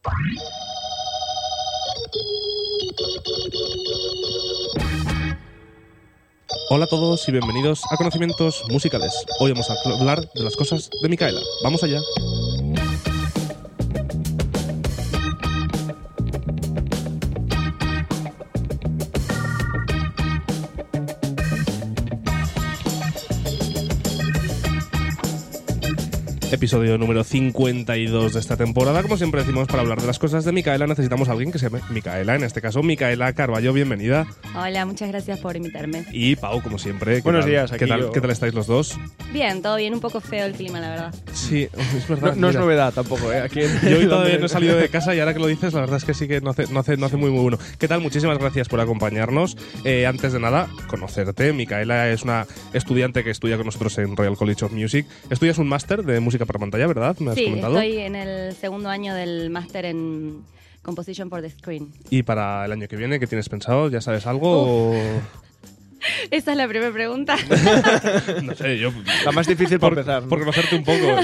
Hola a todos y bienvenidos a Conocimientos Musicales. Hoy vamos a hablar de las cosas de Micaela. ¡Vamos allá! Episodio número 52 de esta temporada. Como siempre decimos, para hablar de las cosas de Micaela necesitamos a alguien que se llame Micaela. En este caso, Micaela Carballo, bienvenida. Hola, muchas gracias por invitarme. Y Pau, como siempre. Buenos días. ¿Qué tal estáis los dos? Bien, todo bien. Un poco feo el clima, la verdad. Sí, es verdad. No es novedad tampoco, ¿eh? Aquí yo hoy todavía no he salido de casa y ahora que lo dices, la verdad es que sí que no hace muy bueno. ¿Qué tal? Muchísimas gracias por acompañarnos. Antes de nada, conocerte. Micaela es una estudiante que estudia con nosotros en Royal College of Music. Estudias un máster de música para pantalla, ¿verdad? ¿Me has comentado? Estoy en el segundo año del máster en Composition for the Screen. ¿Y para el año que viene qué tienes pensado? ¿Ya sabes algo? Esa es la primera pregunta. No sé, yo... La más difícil para empezar, ¿no? Por conocerte un poco.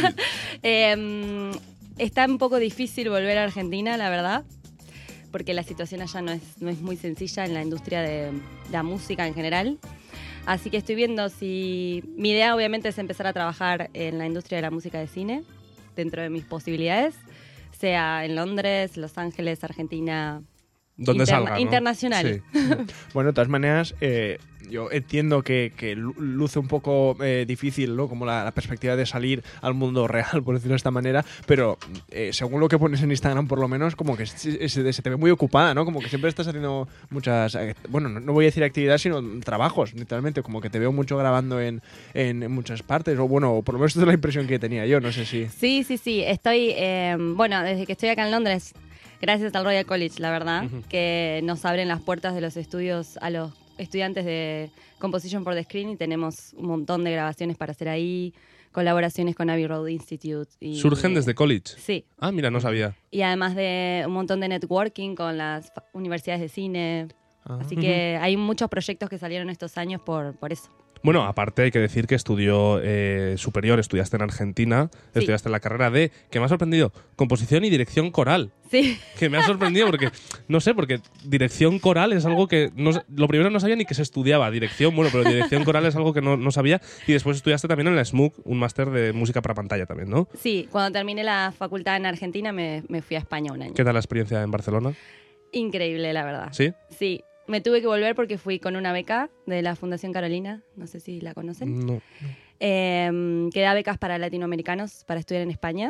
Está un poco difícil volver a Argentina, la verdad, porque la situación allá no es muy sencilla en la industria de la música en general. Así que estoy viendo si... Mi idea obviamente es empezar a trabajar en la industria de la música de cine, dentro de mis posibilidades, sea en Londres, Los Ángeles, Argentina... Donde salga, ¿no? Internacional. Sí. Bueno, de todas maneras, yo entiendo que luce un poco difícil, ¿no? Como la perspectiva de salir al mundo real, por decirlo de esta manera, pero según lo que pones en Instagram, por lo menos, como que se te ve muy ocupada, ¿no? Como que siempre estás haciendo muchas... Bueno, no voy a decir actividades, sino trabajos, literalmente. Como que te veo mucho grabando en muchas partes, o bueno, por lo menos esa es la impresión que tenía yo, no sé si... Sí. Estoy... bueno, desde que estoy acá en Londres... Gracias al Royal College, la verdad, que nos abren las puertas de los estudios a los estudiantes de Composition for the Screen y tenemos un montón de grabaciones para hacer ahí, colaboraciones con Abbey Road Institute. ¿Surgen desde college? Sí. Ah, mira, no sabía. Y además de un montón de networking con las universidades de cine. Así que hay muchos proyectos que salieron estos años por eso. Bueno, aparte hay que decir que estudió superior, estudiaste en Argentina, sí. Estudiaste la carrera de, que me ha sorprendido, composición y dirección coral. Sí. Que me ha sorprendido porque, no sé, porque dirección coral es algo que, lo primero no sabía ni que se estudiaba, dirección, bueno, pero dirección coral es algo que no sabía y después estudiaste también en la SMUC, un máster de música para pantalla también, ¿no? Sí, cuando terminé la facultad en Argentina me fui a España un año. ¿Qué tal la experiencia en Barcelona? Increíble, la verdad. ¿Sí? Sí. Me tuve que volver porque fui con una beca de la Fundación Carolina, no sé si la conocen. No. Que da becas para latinoamericanos para estudiar en España.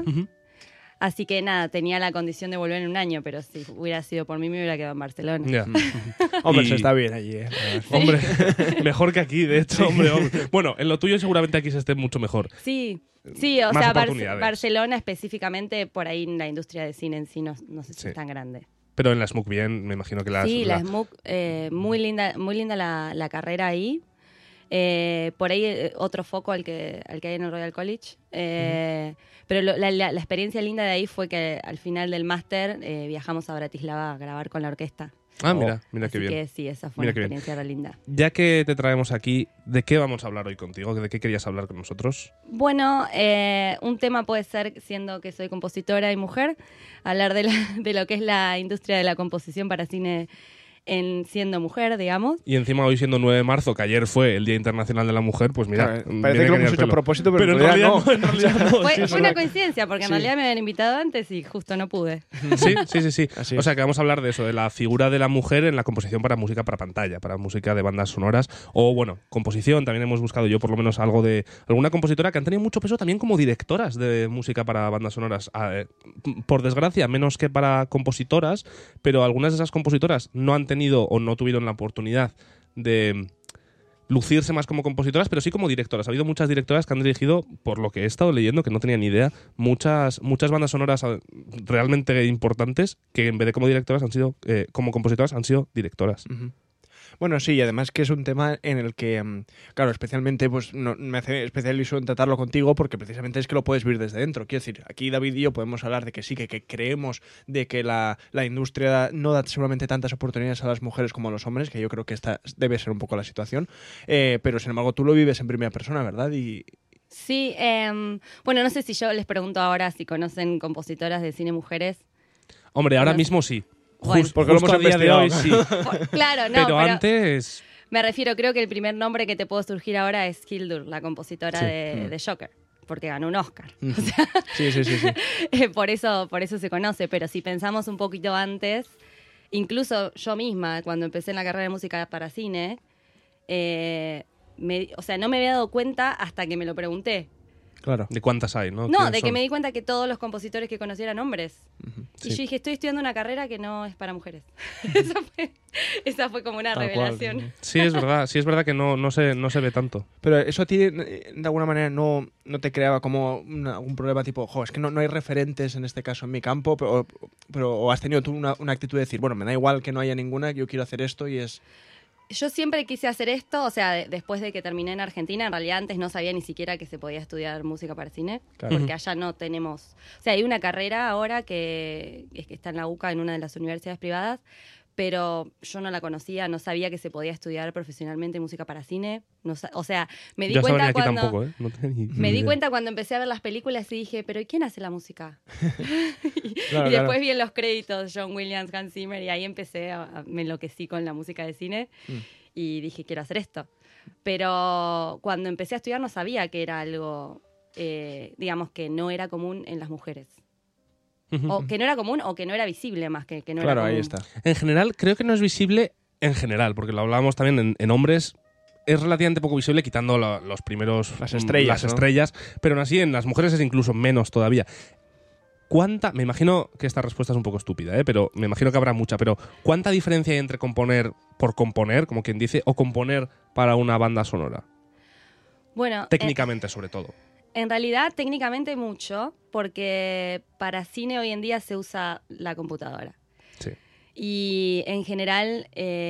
Así que nada, tenía la condición de volver en un año, pero si hubiera sido por mí me hubiera quedado en Barcelona. Yeah. Hombre, se está bien allí, ¿eh? Sí. Hombre, mejor que aquí, de hecho, hombre. Bueno, en lo tuyo seguramente aquí se esté mucho mejor. Sí, o Más sea, oportunidades. Barcelona específicamente, por ahí la industria de cine en sí no sé si es tan grande. Pero en la SMUC bien, me imagino que la SMUC, muy linda la carrera ahí. Por ahí otro foco al que hay en el Royal College. Pero la experiencia linda de ahí fue que al final del máster viajamos a Bratislava a grabar con la orquesta. Ah, mira qué bien. Así que sí, esa fue una experiencia re linda. Ya que te traemos aquí, ¿de qué vamos a hablar hoy contigo? ¿De qué querías hablar con nosotros? Bueno, un tema puede ser, siendo que soy compositora y mujer, hablar de lo que es la industria de la composición para cine siendo mujer, digamos. Y encima hoy siendo 9 de marzo, que ayer fue el Día Internacional de la Mujer, pues mira... Parece que lo hemos hecho a propósito, pero en realidad no. En realidad no. Fue una coincidencia, porque en realidad me habían invitado antes y justo no pude. Sí. Así O sea, que vamos a hablar de eso, de la figura de la mujer en la composición para música para pantalla, para música de bandas sonoras. O, bueno, composición, también hemos buscado yo por lo menos algo de alguna compositora que han tenido mucho peso también como directoras de música para bandas sonoras. Por desgracia, menos que para compositoras, pero algunas de esas compositoras no han tenido o no tuvieron la oportunidad de lucirse más como compositoras, pero sí como directoras. Ha habido muchas directoras que han dirigido, por lo que he estado leyendo, que no tenía ni idea, muchas bandas sonoras realmente importantes que en vez de como directoras han sido, como compositoras han sido directoras. Bueno, sí, y además que es un tema en el que, claro, especialmente pues me hace especial ilusión tratarlo contigo porque precisamente es que lo puedes ver desde dentro. Quiero decir, aquí David y yo podemos hablar de que sí, que creemos de que la industria no da seguramente tantas oportunidades a las mujeres como a los hombres, que yo creo que esta debe ser un poco la situación, pero sin embargo tú lo vives en primera persona, ¿verdad? Sí, bueno, no sé si yo les pregunto ahora si conocen compositoras de cine mujeres. Hombre, ahora No sé. mismo sí. Bueno. Porque lo Justo hemos a día de hoy investigado. sí. Claro, no, pero antes... me refiero, creo que el primer nombre que te puedo surgir ahora es Hildur, la compositora Sí. de Joker, porque ganó un Oscar. Sí, sí, sí, sí. por eso se conoce, pero si pensamos un poquito antes, incluso yo misma, cuando empecé en la carrera de música para cine, no me había dado cuenta hasta que me lo pregunté. Claro. ¿De cuántas hay, no? No, ¿Quiénes de que son? me di cuenta que todos los compositores que conocí eran hombres. Sí. Y yo dije, estoy estudiando una carrera que no es para mujeres. esa fue como una Tal cual, revelación. Sí, es verdad que no se ve tanto. Pero eso a ti, de alguna manera, no te creaba como algún problema tipo, es que no hay referentes en este caso en mi campo, o has tenido tú una actitud de decir, bueno, me da igual que no haya ninguna, yo quiero hacer esto y es... Yo siempre quise hacer esto, o sea, después de que terminé en Argentina, en realidad antes no sabía ni siquiera que se podía estudiar música para cine, Claro. porque allá no tenemos... O sea, hay una carrera ahora que está en la UCA, en una de las universidades privadas, pero yo no la conocía, no sabía que se podía estudiar profesionalmente música para cine. O sea, me di Yo cuenta aquí cuando... tampoco, ¿eh? No tenía ni Me di idea. cuenta cuando empecé a ver las películas y dije, ¿pero ¿y quién hace la música? Claro, y después claro. vi en los créditos John Williams, Hans Zimmer, y ahí me enloquecí con la música de cine y dije, quiero hacer esto. Pero cuando empecé a estudiar no sabía que era algo, digamos, que no era común en las mujeres. O que no era común o que no era visible más que no era Claro, común. ahí está. En general, creo que no es visible en general, porque lo hablábamos también en hombres. Es relativamente poco visible quitando los primeros... Las estrellas, Las ¿no? estrellas, pero aún así en las mujeres es incluso menos todavía. Me imagino que esta respuesta es un poco estúpida, pero me imagino que habrá mucha, pero ¿cuánta diferencia hay entre componer por componer, como quien dice, o componer para una banda sonora? Bueno, Técnicamente, sobre todo. en realidad, técnicamente mucho, porque para cine hoy en día se usa la computadora. Sí. Y en general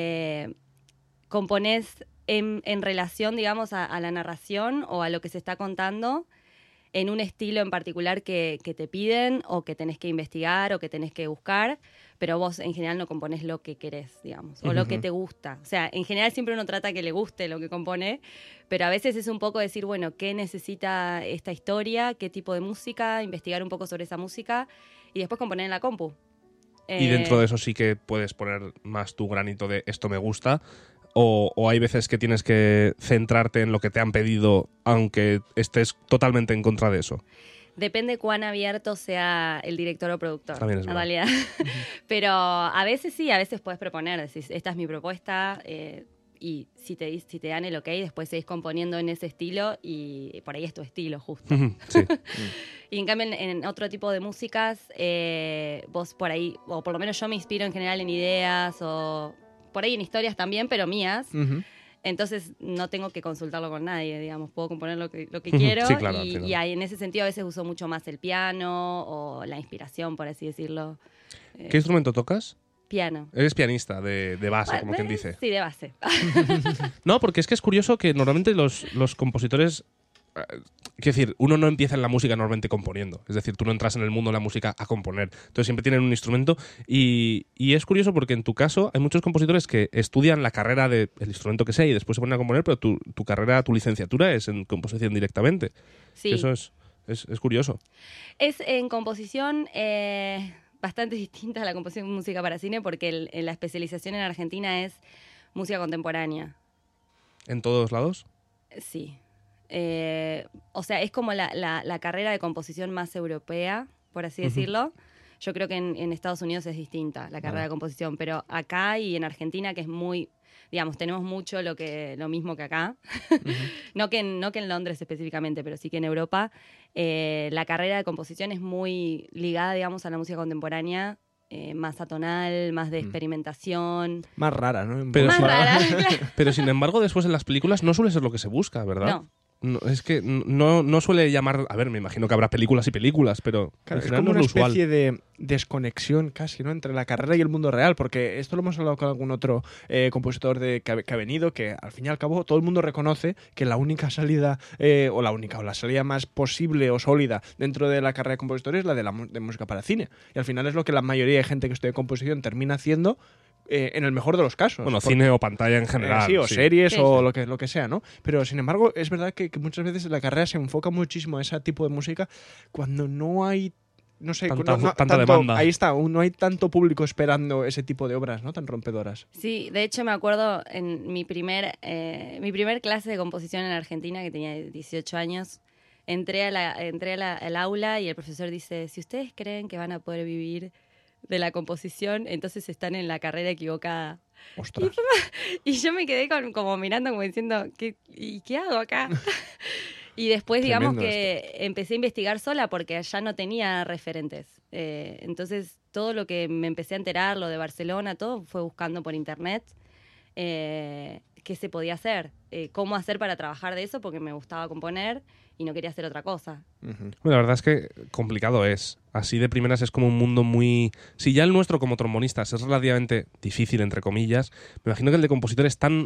componés en relación, digamos, a la narración o a lo que se está contando en un estilo en particular que te piden o que tenés que investigar o que tenés que buscar, pero vos en general no componés lo que querés, digamos, o lo que te gusta. O sea, en general siempre uno trata que le guste lo que compone, pero a veces es un poco decir, bueno, ¿qué necesita esta historia? ¿Qué tipo de música? Investigar un poco sobre esa música y después componer en la compu. Y dentro de eso sí que puedes poner más tu granito de esto me gusta, o hay veces que tienes que centrarte en lo que te han pedido, aunque estés totalmente en contra de eso. Depende cuán abierto sea el director o productor, También es en verdad. realidad. Pero a veces sí, a veces puedes proponer, decís, esta es mi propuesta, y si te dan el ok, después seguís componiendo en ese estilo y por ahí es tu estilo, justo. Sí. Y en cambio, en otro tipo de músicas, vos por ahí, o por lo menos yo me inspiro en general en ideas, o por ahí en historias también, pero mías. Entonces no tengo que consultarlo con nadie, digamos, puedo componer lo que quiero. Sí, claro, al final. y ahí, en ese sentido a veces uso mucho más el piano o la inspiración, por así decirlo. ¿Qué instrumento tocas? Piano. Eres pianista de base, como quien dice. Sí, de base. No, porque es que es curioso que normalmente los compositores... Quiero decir, uno no empieza en la música normalmente componiendo. Es decir, tú no entras en el mundo de la música a componer. Entonces siempre tienen un instrumento. Y es curioso porque en tu caso hay muchos compositores que estudian la carrera del instrumento que sea y después se ponen a componer, pero tu carrera, tu licenciatura es en composición directamente. Sí. Eso es curioso. Es en composición bastante distinta a la composición de música para cine porque la especialización en Argentina es música contemporánea. ¿En todos lados? Sí. O sea, es como la carrera de composición más europea, por así decirlo. Yo creo que en Estados Unidos es distinta la carrera de composición, pero acá y en Argentina, que es muy, digamos, tenemos mucho lo mismo que acá. no que en Londres específicamente, pero sí que en Europa. La carrera de composición es muy ligada, digamos, a la música contemporánea, más atonal, más de experimentación. Más rara, ¿no? Pero Más sí. rara, claro. Pero sin embargo, después en las películas no suele ser lo que se busca, ¿verdad? No. No, es que no suele llamar... A ver, me imagino que habrá películas y películas, pero Claro, al es final como no una es lo usual. especie de desconexión casi, ¿no? Entre la carrera y el mundo real, porque esto lo hemos hablado con algún otro compositor que ha venido, que al fin y al cabo todo el mundo reconoce que la única salida, o la salida más posible o sólida dentro de la carrera de compositor es la de música para cine. Y al final es lo que la mayoría de gente que estudia composición termina haciendo, en el mejor de los casos. Bueno, cine o pantalla en general. sí, o sí. series Sí, o sí. lo que sea, ¿no? Pero sin embargo, es verdad que muchas veces la carrera se enfoca muchísimo a ese tipo de música cuando no hay no sé, tanta tanto, demanda. ahí está, no hay tanto público esperando ese tipo de obras, ¿no? Tan rompedoras. Sí, de hecho me acuerdo en mi primer clase de composición en Argentina, que tenía 18 años, entré al aula y el profesor dice, si ustedes creen que van a poder vivir de la composición, entonces están en la carrera equivocada. Ostras. Y yo me quedé como mirando, como diciendo, ¿qué hago acá? Y después, digamos que empecé a investigar sola porque allá no tenía referentes. Entonces, todo lo que me empecé a enterar, lo de Barcelona, todo fue buscando por internet qué se podía hacer, cómo hacer para trabajar de eso, porque me gustaba componer y no quería hacer otra cosa. Bueno, la verdad es que complicado es. Así de primeras es como un mundo muy... Si ya el nuestro como trombonistas es relativamente difícil, entre comillas, me imagino que el de compositor es tan...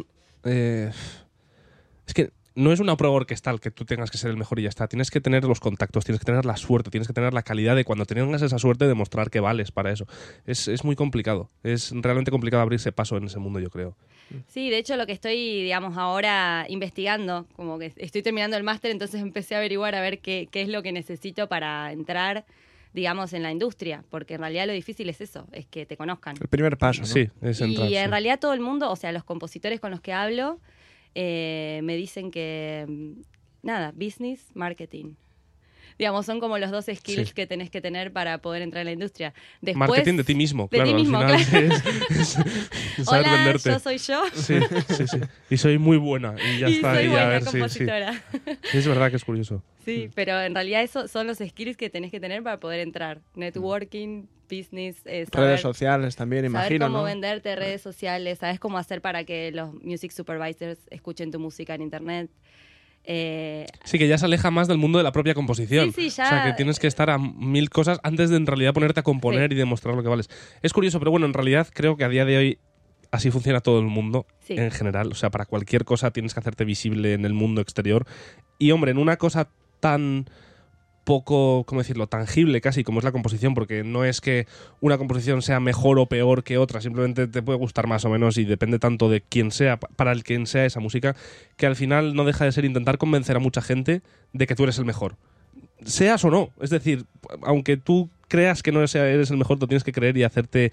Es que no es una prueba orquestal que tú tengas que ser el mejor y ya está. Tienes que tener los contactos, tienes que tener la suerte, tienes que tener la calidad de cuando tengas esa suerte de demostrar que vales para eso. Es muy complicado. Es realmente complicado abrirse paso en ese mundo, yo creo. Sí, de hecho lo que estoy, digamos, ahora investigando, como que estoy terminando el máster, entonces empecé a averiguar a ver qué es lo que necesito para entrar, digamos, en la industria, porque en realidad lo difícil es eso, es que te conozcan. El primer paso, ¿no? Sí, es entrar. Y en sí. realidad todo el mundo, o sea, los compositores con los que hablo, me dicen que, nada, business, marketing. Digamos, son como los dos skills que tenés que tener para poder entrar en la industria. Después, marketing de ti mismo, de claro. ti mismo, al final claro. es saber Hola, venderte. yo soy yo. Sí. Y soy muy buena. Y ya Y está. soy y buena a ver, compositora. Sí, es verdad que es curioso. Sí, pero en realidad eso son los skills que tenés que tener para poder entrar. Networking, business, saber, redes sociales también, saber imagino, cómo ¿no? venderte, redes sociales, sabes cómo hacer para que los music supervisors escuchen tu música en internet. Sí, que ya se aleja más del mundo de la propia composición. Sí, ya. O sea, que tienes que estar a 1000 cosas antes de en realidad ponerte a componer y demostrar lo que vales. Es curioso, pero bueno, en realidad creo que a día de hoy así funciona todo el mundo en general. O sea, para cualquier cosa tienes que hacerte visible en el mundo exterior. Y hombre, en una cosa tan poco, ¿cómo decirlo?, tangible casi como es la composición, porque no es que una composición sea mejor o peor que otra, simplemente te puede gustar más o menos y depende tanto de quién sea, para el quien sea esa música, que al final no deja de ser intentar convencer a mucha gente de que tú eres el mejor. Seas o no, es decir, aunque tú creas que no eres el mejor, tú tienes que creer y hacerte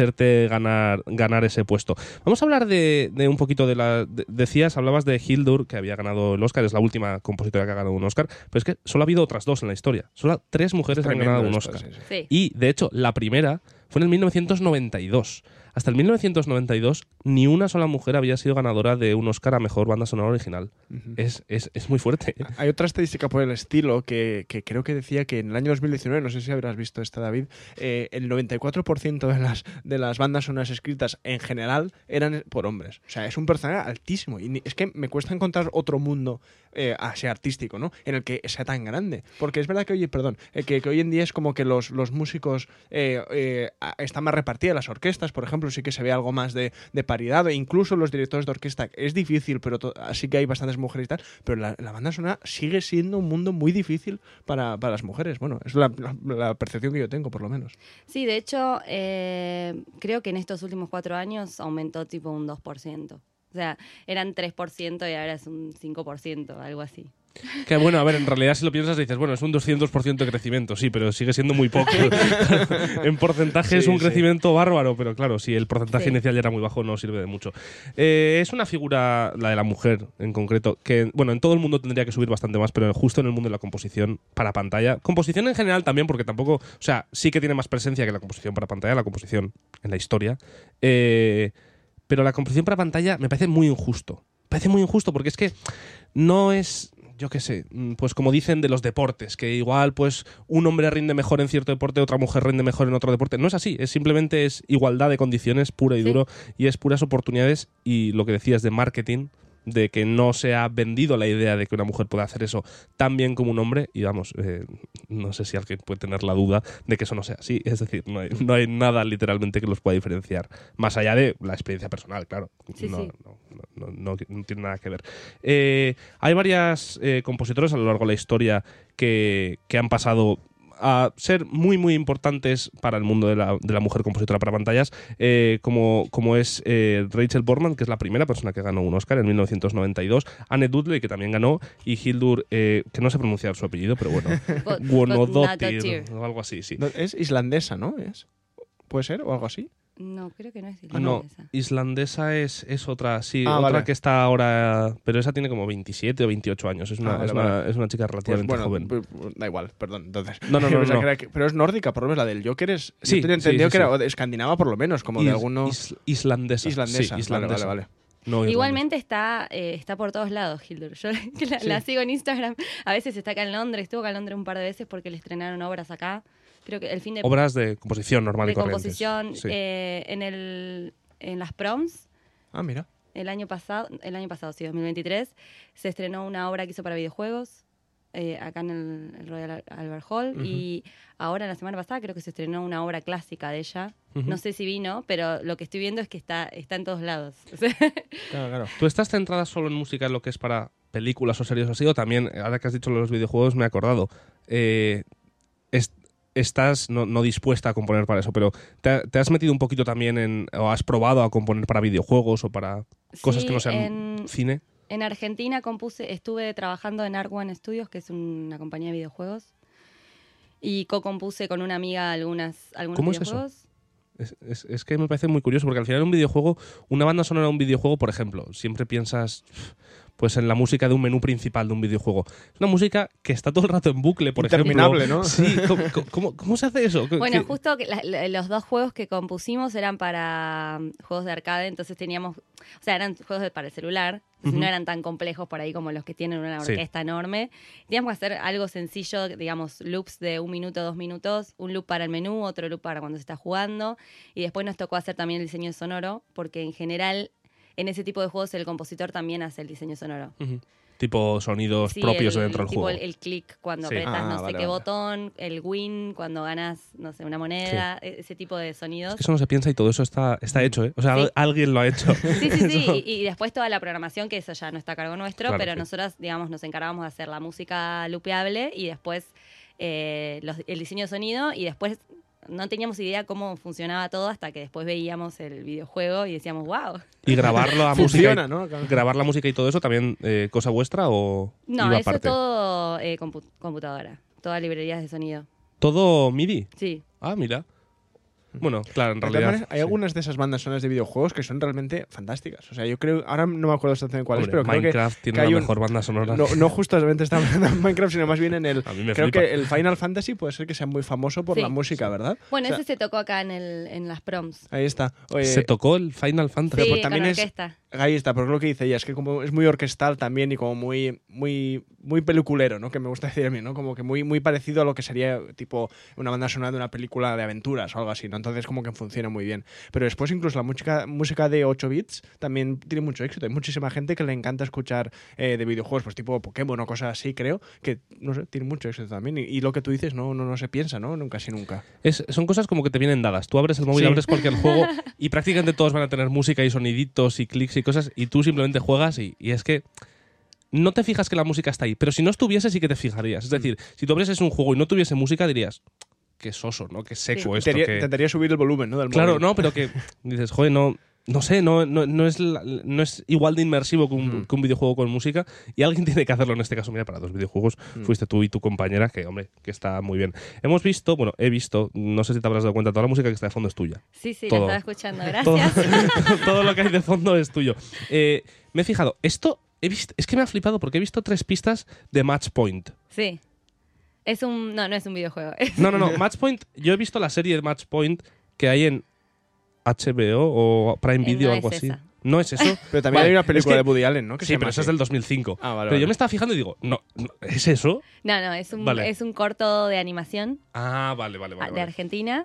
ganar ese puesto. Vamos a hablar de un poquito de la... Decías, hablabas de Hildur, que había ganado el Oscar, es la última compositora que ha ganado un Oscar, pero es que solo ha habido otras dos en la historia. Solo 3 mujeres han ganado un Oscar. Sí. Y, de hecho, la primera fue en el 1992. Hasta el 1992 ni una sola mujer había sido ganadora de un Oscar a Mejor Banda Sonora Original. Es muy fuerte. Hay otra estadística por el estilo que creo que decía que en el año 2019, no sé si habrás visto esta, David, el 94% de las bandas sonoras escritas en general eran por hombres. O sea, es un porcentaje altísimo. Y es que me cuesta encontrar otro mundo así artístico, ¿no?, en el que sea tan grande. Porque es verdad que, que hoy en día es como que los músicos están más repartidos, las orquestas, por ejemplo, sí que se ve algo más de paridad, e incluso los directores de orquesta es difícil, pero sí que hay bastantes mujeres y tal, pero la banda sonora sigue siendo un mundo muy difícil para las mujeres. Bueno, es la percepción que yo tengo, por lo menos. Sí, de hecho, creo que en estos últimos 4 años aumentó tipo un 2%. O sea, eran 3% y ahora es un 5%, algo así. Que bueno, a ver, en realidad si lo piensas dices, bueno, es un 200% de crecimiento, sí, pero sigue siendo muy poco. En porcentaje es un crecimiento bárbaro, pero claro, si el porcentaje inicial ya era muy bajo, no sirve de mucho. Es una figura, la de la mujer en concreto, que, bueno, en todo el mundo tendría que subir bastante más, pero justo en el mundo de la composición para pantalla. Composición en general también, porque tampoco, o sea, sí que tiene más presencia que la composición para pantalla, la composición en la historia. Pero la composición para pantalla me parece muy injusto. Me parece muy injusto porque es que no es... Yo qué sé, pues como dicen de los deportes, que igual pues un hombre rinde mejor en cierto deporte, otra mujer rinde mejor en otro deporte. No es así, simplemente es igualdad de condiciones pura y duro, y es puras oportunidades, y lo que decías de marketing, de que no se ha vendido la idea de que una mujer pueda hacer eso tan bien como un hombre, y vamos, no sé si alguien puede tener la duda de que eso no sea así. Es decir, no hay nada literalmente que los pueda diferenciar, más allá de la experiencia personal, claro. No tiene nada que ver. Hay varias compositores a lo largo de la historia que han pasado a ser muy, muy importantes para el mundo de la mujer compositora para pantallas, como es Rachel Portman, que es la primera persona que ganó un Oscar en 1992, Anne Dudley, que también ganó, y Hildur, que no sé pronunciar su apellido, pero bueno, Guðnadóttir o algo así, sí. No, es islandesa, ¿no? ¿Puede ser? ¿O algo así? No, creo que no es No, islandesa. islandesa es otra, sí, Ah, otra vale. que está ahora, pero esa tiene como 27 o 28 años, es una, Vale, es vale. una, es una chica Pues relativamente bueno, joven. da igual, perdón. Entonces, No, yo pensaba no. que era pero es nórdica, por lo menos la del Joker es. Sí, yo tenía sí, entendido sí, que sí. era de escandinava, por lo menos, como de alguno. Islandesa. Islandesa. Sí, islandesa. Vale. No, Igualmente está por todos lados, Hildur. Yo la sigo en Instagram. A veces está acá en Londres. Estuvo acá en Londres un par de veces porque le estrenaron obras acá. Creo que el fin de obras de composición normal de y corrientes. composición Sí. en las proms. Ah, mira. El año pasado, sí, 2023, se estrenó una obra que hizo para videojuegos acá en el Royal Albert Hall. Ujú. Y ahora, la semana pasada, creo que se estrenó una obra clásica de ella. Ujú. No sé si vino, pero lo que estoy viendo es que está en todos lados. Claro. ¿Tú estás centrada solo en música en lo que es para películas o series así? O también, ahora que has dicho los videojuegos, me he acordado. Estás no dispuesta a componer para eso, pero ¿te has metido un poquito también o has probado a componer para videojuegos o para cosas Sí, que no sean cine? En Argentina estuve trabajando en Art One Studios, que es una compañía de videojuegos, y co-compuse con una amiga algunos ¿Cómo es eso? videojuegos. Es que me parece muy curioso, porque al final un videojuego, una banda sonora de un videojuego, por ejemplo, siempre piensas pues en la música de un menú principal de un videojuego. Es una música que está todo el rato en bucle, por Interminable, ejemplo. ¿no? Sí, ¿cómo se hace eso? Bueno, justo que los dos juegos que compusimos eran para juegos de arcade, entonces eran juegos para el celular, Ujú. no eran tan complejos por ahí como los que tienen una Sí. orquesta enorme. Teníamos que hacer algo sencillo, digamos, loops de 1 minuto, 2 minutos, un loop para el menú, otro loop para cuando se está jugando, y después nos tocó hacer también el diseño sonoro, porque en general en ese tipo de juegos el compositor también hace el diseño sonoro. Ujú. Tipo sonidos Sí, propios de dentro del tipo juego. el click cuando Sí. apretas no sé Vale, qué vale. botón, el win cuando ganas, no sé, una moneda, ese tipo de sonidos. Es que eso no se piensa y todo eso está hecho, ¿eh? O sea, Sí. alguien lo ha hecho. Sí, Eso- y después toda la programación, que eso ya no está a cargo nuestro, Claro, pero sí. nosotras, digamos, nos encargamos de hacer la música lupeable y después el diseño de sonido, y después no teníamos idea cómo funcionaba todo hasta que después veíamos el videojuego y decíamos, wow. Y grabar la Funciona, música. ¿no? Claro. ¿Grabar la música y todo eso también cosa vuestra o No, iba eso aparte? todo computadora, todas librerías de sonido. ¿Todo MIDI? Sí. Ah, mira. Bueno, claro, en De todas realidad. maneras, hay sí. algunas de esas bandas sonoras de videojuegos que son realmente fantásticas. O sea, yo creo, ahora no me acuerdo exactamente cuál Hombre, es, pero creo Minecraft que tiene hay la un- mejor banda sonora. No justamente está hablando en Minecraft, sino más bien en el. A mí me Creo flipa. que el Final Fantasy puede ser que sea muy famoso por Sí. la música, ¿verdad? Bueno, O sea, ese se tocó acá en las proms. Ahí está. Se tocó el Final Fantasy. Sí, pues también con es- orquesta. Ahí está, pero es lo que dice ella, es que como es muy orquestal también y como muy peliculero, ¿no? Que me gusta decir a mí, ¿no? Como que muy parecido a lo que sería tipo una banda sonora de una película de aventuras o algo así, ¿no? Entonces como que funciona muy bien. Pero después incluso la música de 8 bits también tiene mucho éxito. Hay muchísima gente que le encanta escuchar de videojuegos, pues tipo Pokémon o cosas así, creo, que, no sé, tiene mucho éxito también. Y lo que tú dices no se piensa, ¿no? Nunca, sí, nunca. Son cosas como que te vienen dadas. Tú abres el móvil, Sí. abres cualquier juego y prácticamente todos van a tener música y soniditos y clics y cosas, y tú simplemente juegas y es que no te fijas que la música está ahí, pero si no estuviese sí que te fijarías. Es decir, si tú abrieses un juego y no tuviese música dirías, qué soso, ¿no? Qué seco esto. Intentaría subir el volumen, ¿no? Del Claro, móvil. no, pero que dices, joder, no sé, no es igual de inmersivo que un videojuego con música, y alguien tiene que hacerlo en este caso. Mira, para 2 videojuegos fuiste tú y tu compañera, que hombre, que está muy bien. He visto, no sé si te habrás dado cuenta, toda la música que está de fondo es tuya. Sí, Todo. la estaba escuchando, Todo, gracias. todo lo que hay de fondo es tuyo. Me he fijado, es que me ha flipado porque he visto 3 pistas de Match Point. Sí. No es un videojuego. No, Match Point, yo he visto la serie de Match Point que hay en HBO o Prime Video No o algo es así. esa. No es eso. Pero también Vale, hay una película es que- de Woody Allen, ¿no? Que se Sí, llama pero esa es así. del 2005. Ah, vale, Pero vale. yo me estaba fijando y digo, no, ¿es eso? No, Vale. es un corto de animación Ah, vale. de Argentina,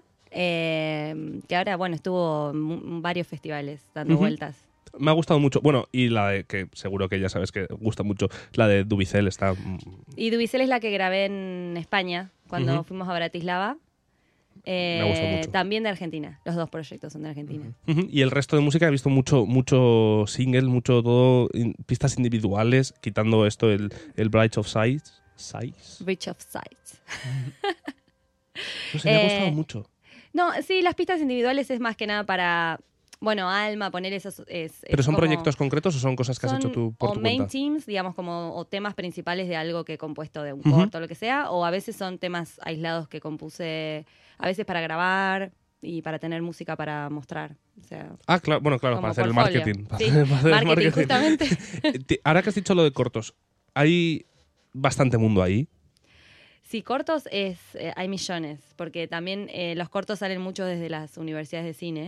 que ahora, bueno, estuvo en varios festivales dando Ujú. vueltas. Me ha gustado mucho. Bueno, y la de que seguro que ya sabes que gusta mucho, la de Dubicel está. Y Dubicel es la que grabé en España cuando Ujú. fuimos a Bratislava. Me ha gustado mucho. También de Argentina. Los dos proyectos son de Argentina. Ujú. Y el resto de música he visto mucho single, mucho todo, pistas individuales, quitando esto, el Bridge of Sighs. Bridge of Sights. No sé, me ha gustado mucho. No, sí, las pistas individuales es más que nada para, bueno, Alma, poner esos... ¿Pero son proyectos concretos o son cosas que has hecho tú por tu main cuenta? teams, digamos, como o temas principales de algo que he compuesto de un corto o lo que sea, o a veces son temas aislados que compuse, a veces para grabar y para tener música para mostrar. O sea, Claro, bueno, claro, para como hacer el portfolio. marketing. Para Sí, hacer el marketing, justamente. Ahora que has dicho lo de cortos, ¿hay bastante mundo ahí? Sí, cortos hay millones, porque también los cortos salen mucho desde las universidades de cine.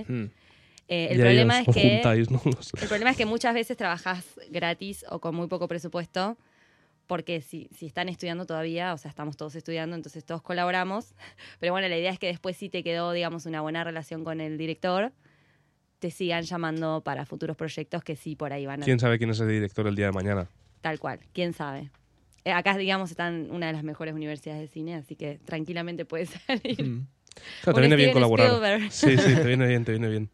El Y ahí problema os es que juntáis, ¿no? el problema es que muchas veces trabajás gratis o con muy poco presupuesto, porque si están estudiando todavía, o sea, estamos todos estudiando, entonces todos colaboramos. Pero bueno, la idea es que después sí te quedó, digamos, una buena relación con el director, te sigan llamando para futuros proyectos que sí por ahí van a... ¿Quién sabe quién es el director el día de mañana? Tal cual, quién sabe. Acá, digamos, están una de las mejores universidades de cine, así que tranquilamente puede salir. Claro, te Un viene bien Steven colaborar. Spielberg. Sí, te viene bien, te viene bien.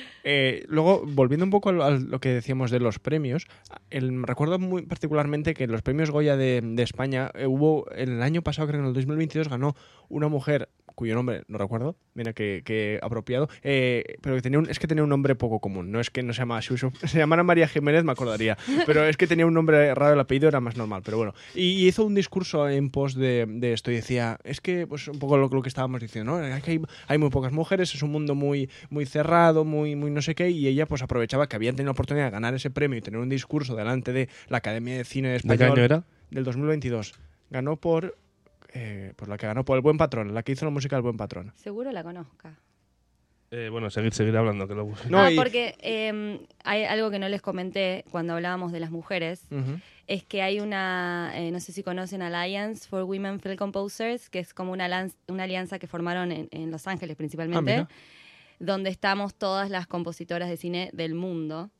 Luego, volviendo un poco a lo que decíamos de los premios, recuerdo muy particularmente que en los premios Goya de España hubo, el año pasado, creo que en el 2022, ganó una mujer cuyo nombre no recuerdo, mira que apropiado, pero que tenía un nombre poco común, no es que no se llamaba Xuxu, se llamara María Jiménez me acordaría, pero es que tenía un nombre raro, el apellido era más normal, pero bueno. Y hizo un discurso en pos de esto y decía, es que, pues un poco lo que estábamos diciendo, ¿no? Aquí hay muy pocas mujeres, es un mundo muy, muy cerrado, muy no sé qué, y ella pues aprovechaba que habían tenido la oportunidad de ganar ese premio y tener un discurso delante de la Academia de Cine Español. ¿De qué año era? Del 2022. Ganó por... pues la que ganó por El Buen Patrón, la que hizo la música del Buen Patrón. Seguro la conozca. Bueno, seguir hablando. Que lo... No, porque hay algo que no les comenté cuando hablábamos de las mujeres, es que hay una, no sé si conocen Alliance for Women Film Composers, que es como una alianza que formaron en Los Ángeles principalmente, donde estamos todas las compositoras de cine del mundo.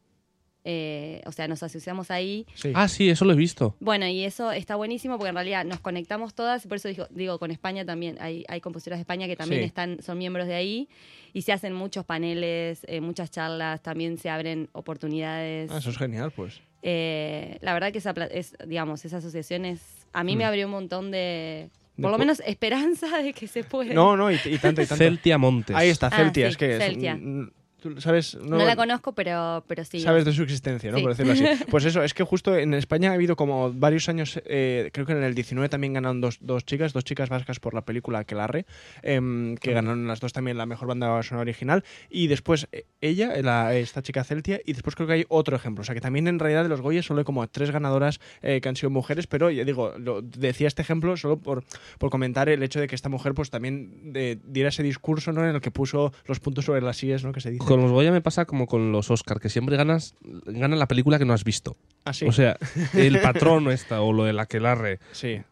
O sea, nos asociamos ahí. Sí. Sí, eso lo he visto. Bueno, y eso está buenísimo porque en realidad nos conectamos todas y por eso digo con España también. Hay compositoras de España que también son miembros de ahí y se hacen muchos paneles, muchas charlas, también se abren oportunidades. Eso es genial, pues. La verdad que esa asociación a mí me abrió un montón de por lo menos esperanza de que se puede. No, y tanto. Celtia Montes. Ahí está, Celtia, sí, es que Celtia. ¿tú sabes? No la conozco, pero sí. Sabes de su existencia, ¿no? Sí. Por decirlo así. Pues eso, es que justo en España ha habido como varios años, creo que en el 19 también ganaron dos chicas vascas por la película Aquelarre, que ganaron las dos también la mejor banda sonora original, y después esta chica Celtia, y después creo que hay otro ejemplo. O sea que también en realidad de los Goya solo hay como 3 ganadoras que han sido mujeres, pero ya digo, decía este ejemplo solo por comentar el hecho de que esta mujer pues también diera ese discurso, ¿no? En el que puso los puntos sobre las sillas, ¿no? Que se dice. Con los Goya me pasa como con los Oscar, que siempre ganan la película que no has visto. Ah, sí. O sea, El Patrón o lo del Aquelarre. Sí.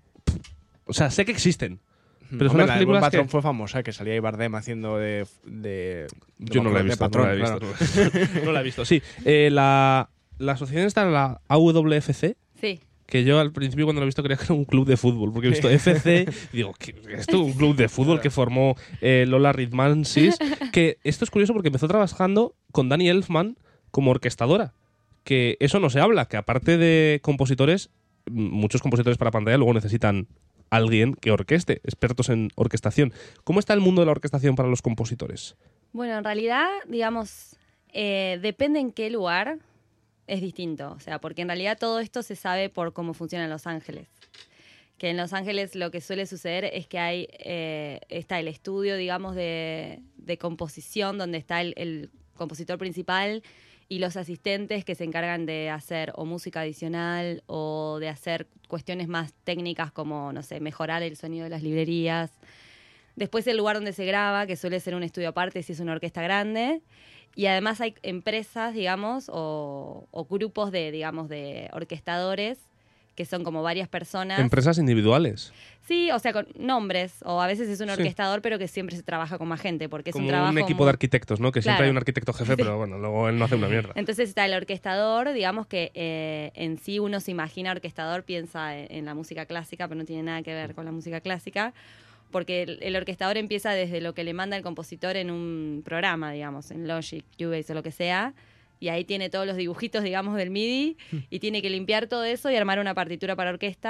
O sea, sé que existen. Pero son Hombre, las películas El Patrón que... fue famosa, que salía ahí Bardem haciendo de Yo no la he visto, patrón, no la he visto. claro. No la he visto, sí. La asociación está en la AWFC, Sí. que yo al principio cuando lo he visto creía que era un club de fútbol, porque he visto FC y digo, ¿qué es esto? Un club de fútbol que formó Lola Ridmansis, que esto es curioso porque empezó trabajando con Danny Elfman como orquestadora, que eso no se habla, que aparte de compositores, muchos compositores para pantalla luego necesitan alguien que orqueste, expertos en orquestación. ¿Cómo está el mundo de la orquestación para los compositores? Bueno, en realidad, digamos, depende en qué lugar. Es distinto, o sea, porque en realidad todo esto se sabe por cómo funciona en Los Ángeles. Que en Los Ángeles lo que suele suceder es que está el estudio, digamos, de composición, donde está el compositor principal y los asistentes que se encargan de hacer o música adicional o de hacer cuestiones más técnicas como, no sé, mejorar el sonido de las librerías. Después el lugar donde se graba, que suele ser un estudio aparte si es una orquesta grande. Y además hay empresas, digamos, o grupos de orquestadores, que son como varias personas. Empresas individuales. Sí, o sea, con nombres. O a veces es un orquestador, pero que siempre se trabaja con más gente, porque es como un trabajo... un equipo de arquitectos, ¿no? Que siempre Claro. hay un arquitecto jefe, pero bueno, luego él no hace una mierda. Entonces está el orquestador, digamos que en sí uno se imagina orquestador, piensa en la música clásica, pero no tiene nada que ver con la música clásica. Porque el orquestador empieza desde lo que le manda el compositor en un programa, digamos, en Logic, Cubase o lo que sea, y ahí tiene todos los dibujitos, digamos, del MIDI, y tiene que limpiar todo eso y armar una partitura para orquesta,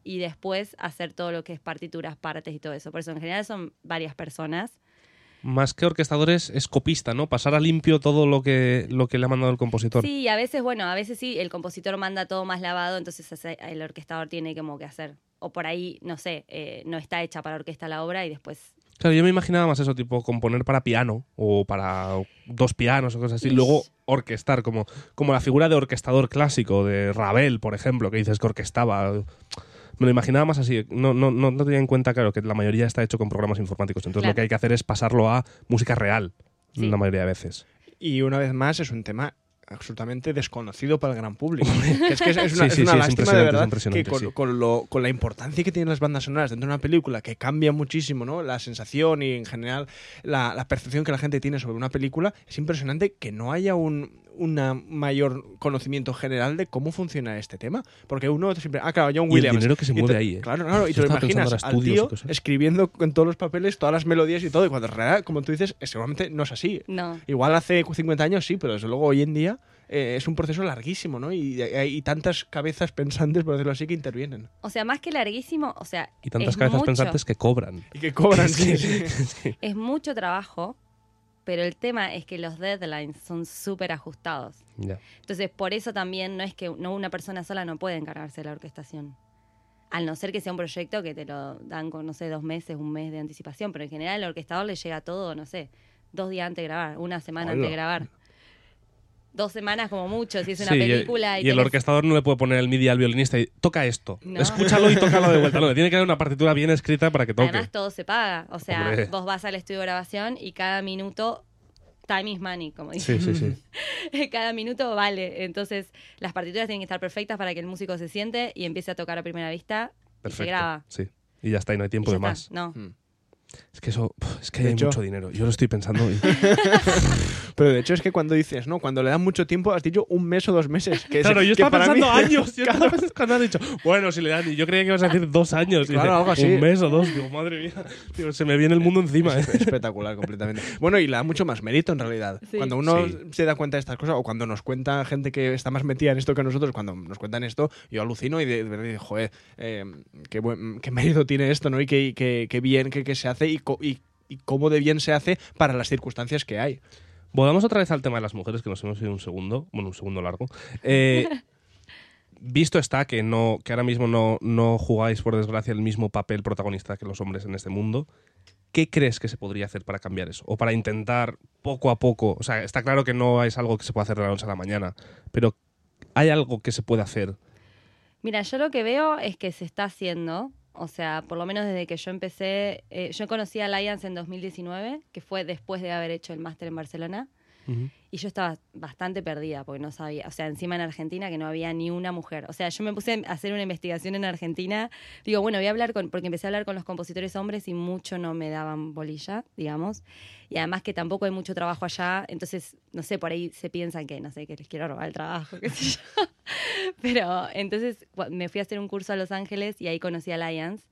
y después hacer todo lo que es partituras, partes y todo eso. Por eso en general son varias personas. Más que orquestadores, es copista, ¿no? Pasar a limpio todo lo que le ha mandado el compositor. Sí, a veces sí, el compositor manda todo más lavado, entonces el orquestador tiene como que hacer. O por ahí, no sé, no está hecha para orquesta la obra y después... Claro, yo me imaginaba más eso, tipo componer para piano o para 2 pianos o cosas así, luego orquestar, como la figura de orquestador clásico de Ravel, por ejemplo, que dices que orquestaba. Me lo imaginaba más así. No tenía en cuenta, claro, que la mayoría está hecho con programas informáticos. Entonces Claro. lo que hay que hacer es pasarlo a música real, Sí. la mayoría de veces. Y una vez más es un tema absolutamente desconocido para el gran público. Que es una, Sí, sí, es sí, una es lástima, de impresionante, verdad, es impresionante, que sí. con la importancia que tienen las bandas sonoras dentro de una película, que cambia muchísimo, ¿no? La sensación y en general la percepción que la gente tiene sobre una película, es impresionante que no haya un mayor conocimiento general de cómo funciona este tema. Porque uno siempre... claro, John Y el Williams. dinero que se Y mueve te- ahí, ¿eh? Claro, y Yo te lo estaba pensando imaginas ahora al estudios y tío cosas. escribiendo con todos los papeles, todas las melodías y todo, y cuando en realidad, como tú dices, seguramente no es así. No. Igual hace 50 años sí, pero desde luego hoy en día es un proceso larguísimo, ¿no? Y hay tantas cabezas pensantes, por decirlo así, que intervienen. O sea, más que larguísimo, o sea, Y tantas es cabezas mucho, pensantes que cobran. Y que cobran, sí. es mucho trabajo, pero el tema es que los deadlines son súper ajustados. Ya. Entonces, por eso también no es que una persona sola no puede encargarse de la orquestación. Al no ser que sea un proyecto que te lo dan con, no sé, 2 meses, 1 mes de anticipación. Pero en general el orquestador le llega todo, no sé, 2 días antes de grabar, 1 semana antes de Hola. grabar. 2 semanas como mucho, si es una Sí, película. y el tenés- orquestador no le puede poner el MIDI al violinista y toca esto. No. Escúchalo y tócalo de vuelta. No, le tiene que dar una partitura bien escrita para que toque. Además, todo se paga. O sea, Hombre. vos vas al estudio de grabación y cada minuto, time is money, como Sí, dicen. sí, sí. Cada minuto vale. Entonces, las partituras tienen que estar perfectas para que el músico se siente y empiece a tocar a primera vista y se Perfecto. graba. Sí. Y ya está, y no hay Y tiempo ya de está. más. No. Es que eso, es que De hay hecho- mucho dinero. Yo lo estoy pensando. Y... Pero de hecho es que cuando dices, no, cuando le dan mucho tiempo, has dicho 1 mes o 2 meses. Que Claro, yo que estaba para pensando mí- años. Yo estaba pensando cuando has dicho, bueno, si le dan. Y yo creía que ibas a decir 2 años. Y Claro, dice, algo así. 1 mes o 2. Digo, madre mía. Digo, se me viene el mundo encima. ¿eh? Espectacular, completamente. Bueno, y le da mucho más mérito en realidad. Sí. Cuando uno Sí. se da cuenta de estas cosas, o cuando nos cuenta gente que está más metida en esto que nosotros, cuando nos cuentan esto, yo alucino y de verdad digo, joder, qué mérito tiene esto, ¿no? Y qué bien que se hace y cómo de bien se hace para las circunstancias que hay. Volvamos otra vez al tema de las mujeres, que nos hemos ido un segundo. Bueno, un segundo largo. Visto está que ahora mismo no jugáis, por desgracia, el mismo papel protagonista que los hombres en este mundo. ¿Qué crees que se podría hacer para cambiar eso? O para intentar poco a poco. O sea, está claro que no es algo que se puede hacer de la noche a la mañana, pero ¿hay algo que se puede hacer? Mira, yo lo que veo es que se está haciendo, o sea, por lo menos desde que yo empecé, yo conocí a Alliance en 2019, que fue después de haber hecho el máster en Barcelona, y yo estaba bastante perdida porque no sabía, o sea, encima en Argentina que no había ni una mujer. O sea, yo me puse a hacer una investigación en Argentina, digo, bueno, voy a hablar porque empecé a hablar con los compositores hombres y mucho no me daban bolilla, digamos, y además que tampoco hay mucho trabajo allá, entonces, no sé, por ahí se piensan que, no sé, que les quiero robar el trabajo, qué sé yo. Pero entonces me fui a hacer un curso a Los Ángeles y ahí conocí a Alliance.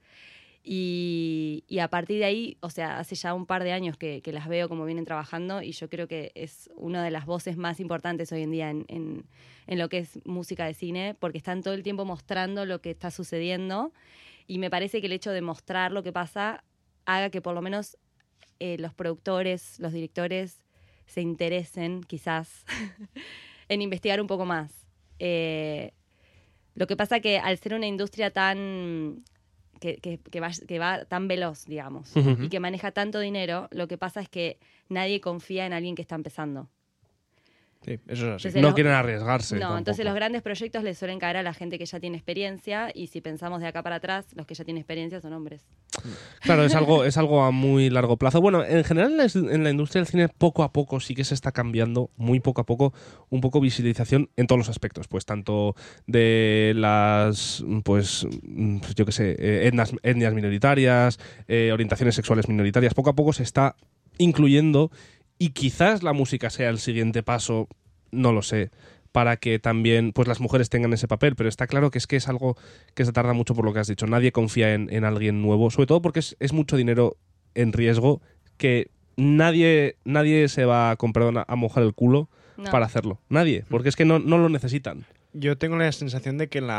Y a partir de ahí, o sea, hace ya un par de años que las veo como vienen trabajando y yo creo que es una de las voces más importantes hoy en día en lo que es música de cine, porque están todo el tiempo mostrando lo que está sucediendo y me parece que el hecho de mostrar lo que pasa haga que por lo menos los productores, los directores se interesen quizás en investigar un poco más. Lo que pasa que al ser una industria tan... Que va tan veloz, digamos, Ujú. y que maneja tanto dinero, lo que pasa es que nadie confía en alguien que está empezando. Sí, eso es así. Entonces, No los- quieren arriesgarse. No, tampoco. entonces los grandes proyectos les suelen caer a la gente que ya tiene experiencia y si pensamos de acá para atrás, los que ya tienen experiencia son hombres. Claro, es algo a muy largo plazo. Bueno, en general en la industria del cine poco a poco sí que se está cambiando, muy poco a poco, un poco visibilización en todos los aspectos, pues tanto de las, pues yo qué sé, etnias minoritarias, orientaciones sexuales minoritarias, poco a poco se está incluyendo y quizás la música sea el siguiente paso, no lo sé, para que también pues las mujeres tengan ese papel, pero está claro que es algo que se tarda mucho por lo que has dicho. Nadie confía en alguien nuevo, sobre todo porque es mucho dinero en riesgo que nadie se va, con perdón, a mojar el culo No. para hacerlo. Nadie, porque es que no lo necesitan. Yo tengo la sensación de que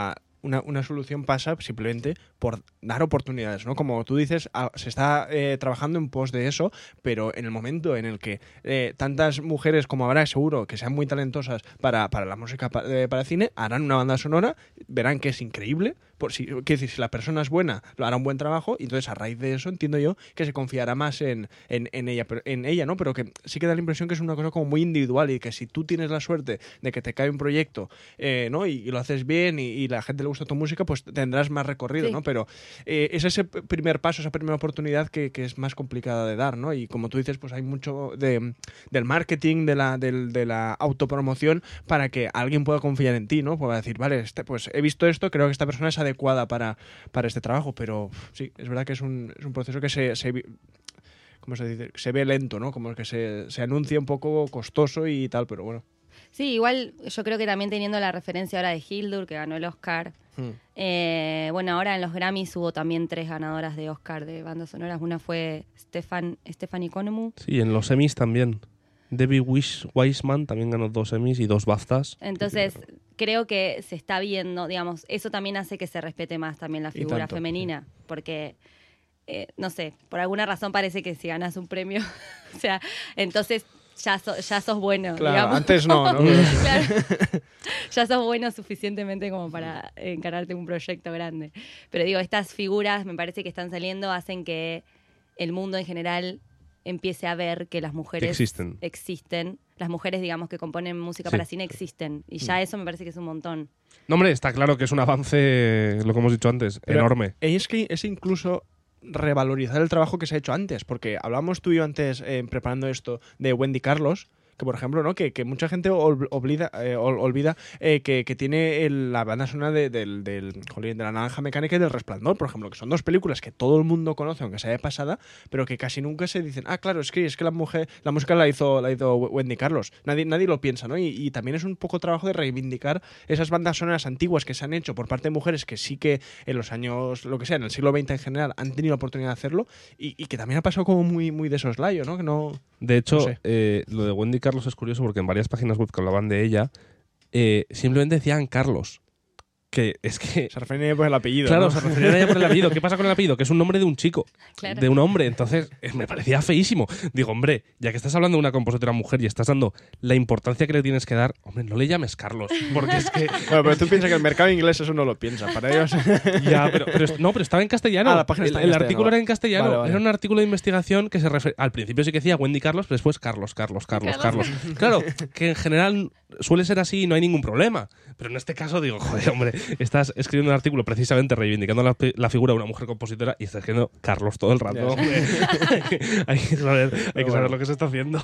una solución pasa simplemente por dar oportunidades, ¿no? Como tú dices, se está trabajando en pos de eso, pero en el momento en el que tantas mujeres como habrá, seguro, que sean muy talentosas para la música para cine, harán una banda sonora, verán que es increíble. Quiero decir, si la persona es buena, lo hará un buen trabajo, y entonces a raíz de eso entiendo yo que se confiará más en ella, ¿no? Pero que sí que da la impresión que es una cosa como muy individual, y que si tú tienes la suerte de que te cae un proyecto, ¿no? y lo haces bien, y la gente le gusta tu música, pues tendrás más recorrido, Sí. ¿no? Pero es ese primer paso, esa primera oportunidad que es más complicada de dar, ¿no? Y como tú dices, pues hay mucho del marketing, de la autopromoción, para que alguien pueda confiar en ti, ¿no? Pueda decir, vale, pues he visto esto, creo que esta persona es adecuada para este trabajo, pero sí, es verdad que es un proceso que ¿cómo se dice? Se ve lento, ¿no? Como que se anuncia un poco costoso y tal, pero bueno. Sí, igual yo creo que también teniendo la referencia ahora de Hildur, que ganó el Oscar. Bueno, ahora en los Grammys hubo también 3 ganadoras de Oscar de bandas sonoras. Una fue Stephanie Economou. Sí, en los Emmys también. Debbie Wiseman también ganó 2 Emmys y 2 BAFTAs. Entonces, creo que se está viendo, digamos, eso también hace que se respete más también la figura tanto, femenina, porque, no sé, por alguna razón parece que si ganas un premio, o sea, entonces ya sos bueno, Claro, digamos. antes no, ¿no? Claro. Ya sos bueno suficientemente como para encararte un proyecto grande. Pero digo, estas figuras me parece que están saliendo, hacen que el mundo en general empiece a ver que las mujeres existen. Las mujeres, digamos, que componen música para cine existen. Y ya eso me parece que es un montón. No, hombre, está claro que es un avance, lo que hemos dicho antes, Pero enorme. Es que es incluso revalorizar el trabajo que se ha hecho antes, porque hablamos tú y yo antes, preparando esto, de Wendy Carlos, que por ejemplo, ¿no? que mucha gente olvida que tiene la banda sonora de la Naranja Mecánica y del Resplandor, por ejemplo, que son 2 películas que todo el mundo conoce, aunque sea de pasada, pero que casi nunca se dicen, claro, es que la música la hizo Wendy Carlos. Nadie lo piensa, ¿no? Y también es un poco trabajo de reivindicar esas bandas sonoras antiguas que se han hecho por parte de mujeres que sí que en los años, lo que sea, en el siglo XX en general, han tenido la oportunidad de hacerlo, y que también ha pasado como muy, muy de soslayo, ¿no? Que no... De hecho, no sé. lo de Wendy Carlos es curioso porque en varias páginas web que hablaban de ella, simplemente decían Carlos. Que es que... Se refiere por el apellido. Claro, ¿no? se referían a ella por el apellido. ¿Qué pasa con el apellido? Que es un nombre de un chico, Claro. de un hombre. Entonces, me parecía feísimo. Digo, hombre, ya que estás hablando de una compositora mujer y estás dando la importancia que le tienes que dar, hombre, no le llames Carlos. Porque es que... Bueno, pero tú piensas que el mercado inglés eso no lo piensa. Para ellos... Ya, pero estaba en castellano. La página está en el castellano. artículo era en castellano. Vale. Era un artículo de investigación que se refería... Al principio sí que decía Wendy Carlos, pero después Carlos. Claro, que en general suele ser así y no hay ningún problema. Pero en este caso digo, joder, hombre, estás escribiendo un artículo precisamente reivindicando la figura de una mujer compositora y estás escribiendo Carlos todo el rato. Ya, Hombre. hay que saber lo que se está haciendo.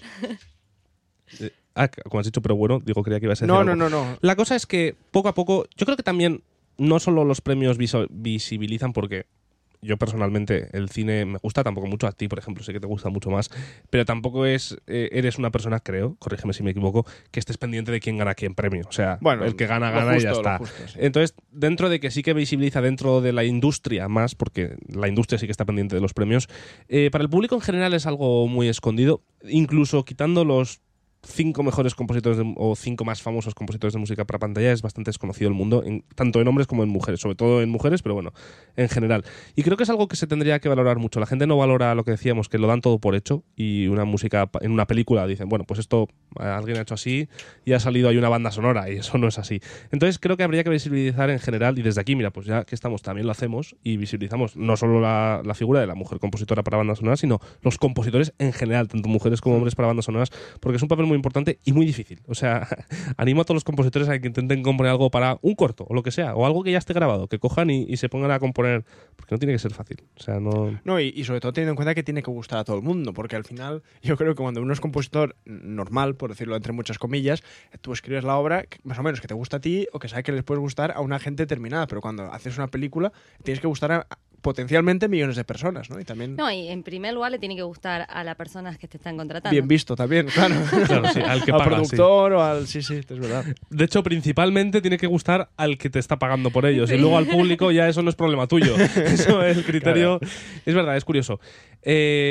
Como has dicho, pero bueno, digo, creía que ibas a decir algo. No. La cosa es que poco a poco, yo creo que también no solo los premios visibilizan, porque yo personalmente el cine me gusta, tampoco mucho, a ti por ejemplo sé que te gusta mucho más, pero tampoco eres una persona, creo, corrígeme si me equivoco, que estés pendiente de quién gana quién premio. O sea, bueno, el que gana justo, y ya está. Justo, sí. Entonces, dentro de que sí que visibiliza dentro de la industria más, porque la industria sí que está pendiente de los premios, para el público en general es algo muy escondido, incluso quitando los 5 mejores compositores o 5 más famosos compositores de música para pantalla, es bastante desconocido el mundo, tanto en hombres como en mujeres, sobre todo en mujeres, pero bueno, en general. Y creo que es algo que se tendría que valorar mucho. La gente no valora lo que decíamos, que lo dan todo por hecho, y una música en una película dicen, bueno, pues esto alguien ha hecho así y ha salido ahí una banda sonora, y eso no es así. Entonces creo que habría que visibilizar en general, y desde aquí, mira, pues ya que estamos, también lo hacemos y visibilizamos no solo la figura de la mujer compositora para bandas sonoras, sino los compositores en general, tanto mujeres como hombres para bandas sonoras, porque es un papel muy importante y muy difícil. O sea, animo a todos los compositores a que intenten componer algo para un corto o lo que sea, o algo que ya esté grabado, que cojan y se pongan a componer, porque no tiene que ser fácil. O sea, no... No, y sobre todo teniendo en cuenta que tiene que gustar a todo el mundo, porque al final yo creo que cuando uno es compositor normal, por decirlo entre muchas comillas, tú escribes la obra más o menos que te gusta a ti o que sabe que les puedes gustar a una gente determinada, pero cuando haces una película tienes que gustar a potencialmente millones de personas, ¿no? Y también... No, y en primer lugar le tiene que gustar a las personas que te están contratando. Bien visto también, claro. Claro, sí, al que al paga, productor o al... Sí, es verdad. De hecho, principalmente tiene que gustar al que te está pagando por ellos. Y luego al público ya eso no es problema tuyo. Eso es el criterio. Claro. Es verdad, es curioso.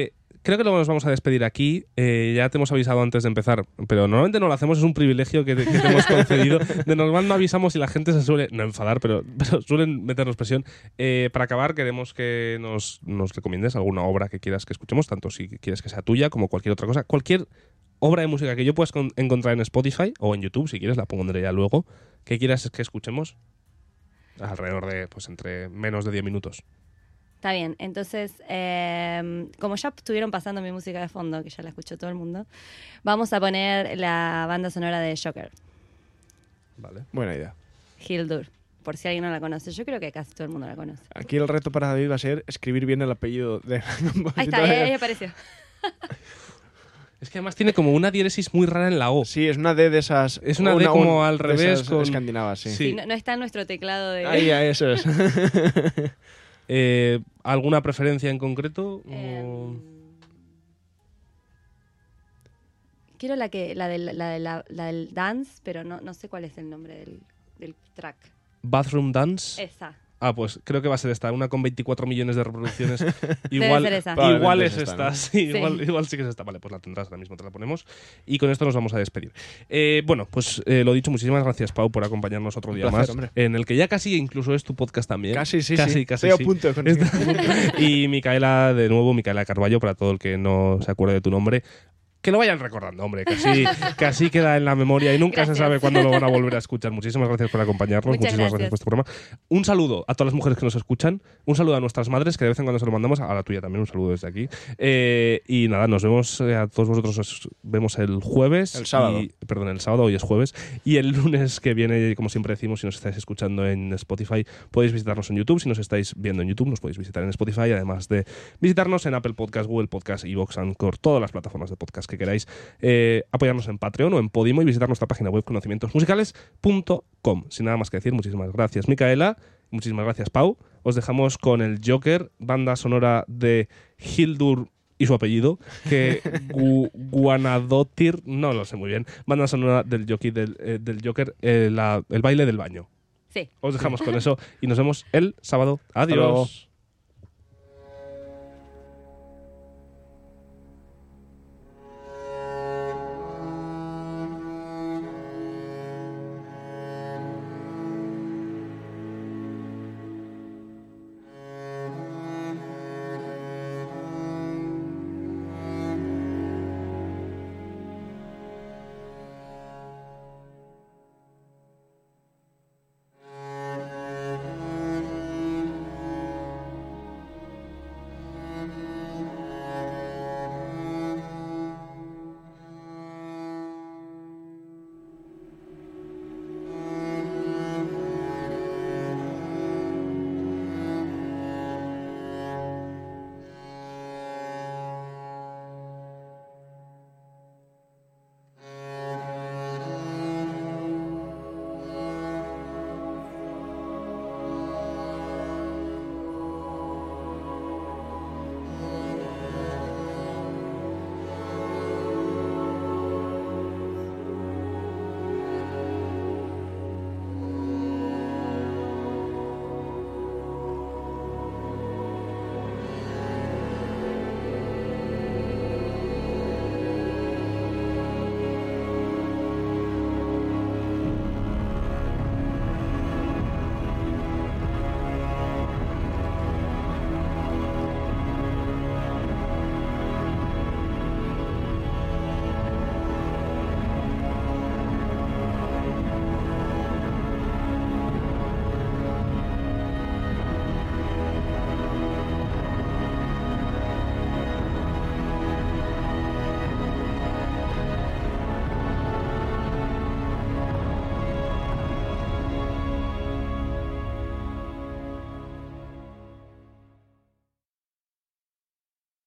creo que nos vamos a despedir aquí. Ya te hemos avisado antes de empezar, pero normalmente no lo hacemos, es un privilegio que te hemos concedido. De normal no avisamos y la gente se suele, no enfadar, pero suelen meternos presión. Para acabar, queremos que nos recomiendes alguna obra que quieras que escuchemos, tanto si quieres que sea tuya como cualquier otra cosa. Cualquier obra de música que yo puedas encontrar en Spotify o en YouTube, si quieres, la pondré ya luego, que quieras que escuchemos. Alrededor de, pues, entre menos de 10 minutos. Está bien, entonces, como ya estuvieron pasando mi música de fondo, que ya la escuchó todo el mundo, vamos a poner la banda sonora de Joker. Vale. Buena idea. Hildur, por si alguien no la conoce. Yo creo que casi todo el mundo la conoce. Aquí el reto para David va a ser escribir bien el apellido de Ahí está, ahí apareció. Es que además tiene como una diéresis muy rara en la O. Sí, es una D de esas. Es una D como al de revés. esas Con... escandinavas, sí. Sí, no está en nuestro teclado de... Ahí, eso es. ¿Alguna preferencia en concreto? O... Quiero la del dance, pero no sé cuál es el nombre del track. Bathroom Dance. Esa. Ah, pues creo que va a ser esta, una con 24 millones de reproducciones. Igual, ser esa. Igual es esta, esta, ¿no? sí, Sí. igual sí que es esta. Vale, pues la tendrás, ahora mismo te la ponemos. Y con esto nos vamos a despedir. Bueno, pues lo dicho, muchísimas gracias, Pau, por acompañarnos otro día placer, más. hombre. En el que ya casi incluso es tu podcast también. Casi, sí. Casi Estoy a sí. punto de conseguir. Y Micaela, de nuevo, Micaela Carballo, para todo el que no se acuerde de tu nombre. Que lo vayan recordando, hombre, que así queda en la memoria y nunca Gracias. se sabe cuándo lo van a volver a escuchar. Muchísimas gracias por acompañarnos, Muchas muchísimas gracias gracias. por este programa. Un saludo a todas las mujeres que nos escuchan, un saludo a nuestras madres, que de vez en cuando se lo mandamos, a la tuya también, un saludo desde aquí. Y nada, nos vemos, a todos vosotros nos vemos el jueves. El sábado. Perdón, el sábado, hoy es jueves. Y el lunes que viene, como siempre decimos, si nos estáis escuchando en Spotify, podéis visitarnos en YouTube. Si nos estáis viendo en YouTube, nos podéis visitar en Spotify, además de visitarnos en Apple Podcast, Google Podcast, iVoox, Anchor, todas las plataformas de podcast que queráis. Apoyarnos en Patreon o en Podimo y visitar nuestra página web conocimientosmusicales.com. Sin nada más que decir, muchísimas gracias, Micaela, muchísimas gracias, Pau. Os dejamos con el Joker, banda sonora de Hildur y su apellido, que Guanadotir, no lo sé muy bien, banda sonora del Joker, el baile del baño. Sí. Os dejamos con eso y nos vemos el sábado. luego. Adiós.